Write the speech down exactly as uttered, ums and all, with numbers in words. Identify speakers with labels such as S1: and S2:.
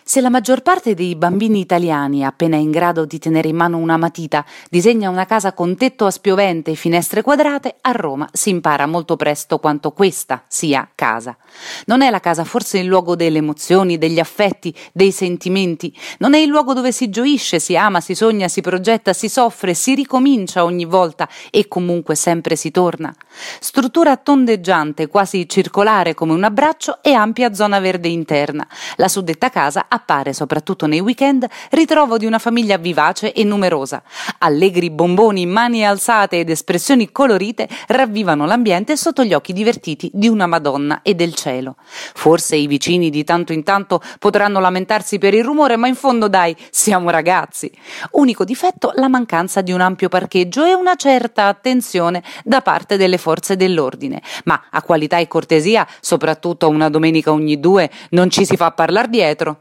S1: Se la maggior parte dei bambini italiani, appena in grado di tenere in mano una matita, disegna una casa con tetto a spiovente e finestre quadrate, a Roma si impara molto presto quanto questa sia casa. Non è la casa forse il luogo delle emozioni, degli affetti, dei sentimenti? Non è il luogo dove si gioisce, si ama, si sogna, si progetta, si soffre, si ricomincia ogni volta e comunque sempre si torna? Struttura tondeggiante, quasi circolare come un abbraccio e ampia zona verde interna. La suddetta casa appare, soprattutto nei weekend, ritrovo di una famiglia vivace e numerosa. Allegri bomboni, mani alzate ed espressioni colorite ravvivano l'ambiente sotto gli occhi divertiti di una Madonna e del cielo. Forse i vicini di tanto in tanto potranno lamentarsi per il rumore, ma in fondo dai, siamo ragazzi. Unico difetto, la mancanza di un ampio parcheggio e una certa attenzione da parte delle forze dell'ordine. Ma a qualità e cortesia, soprattutto una domenica ogni due, non ci si fa parlar dietro.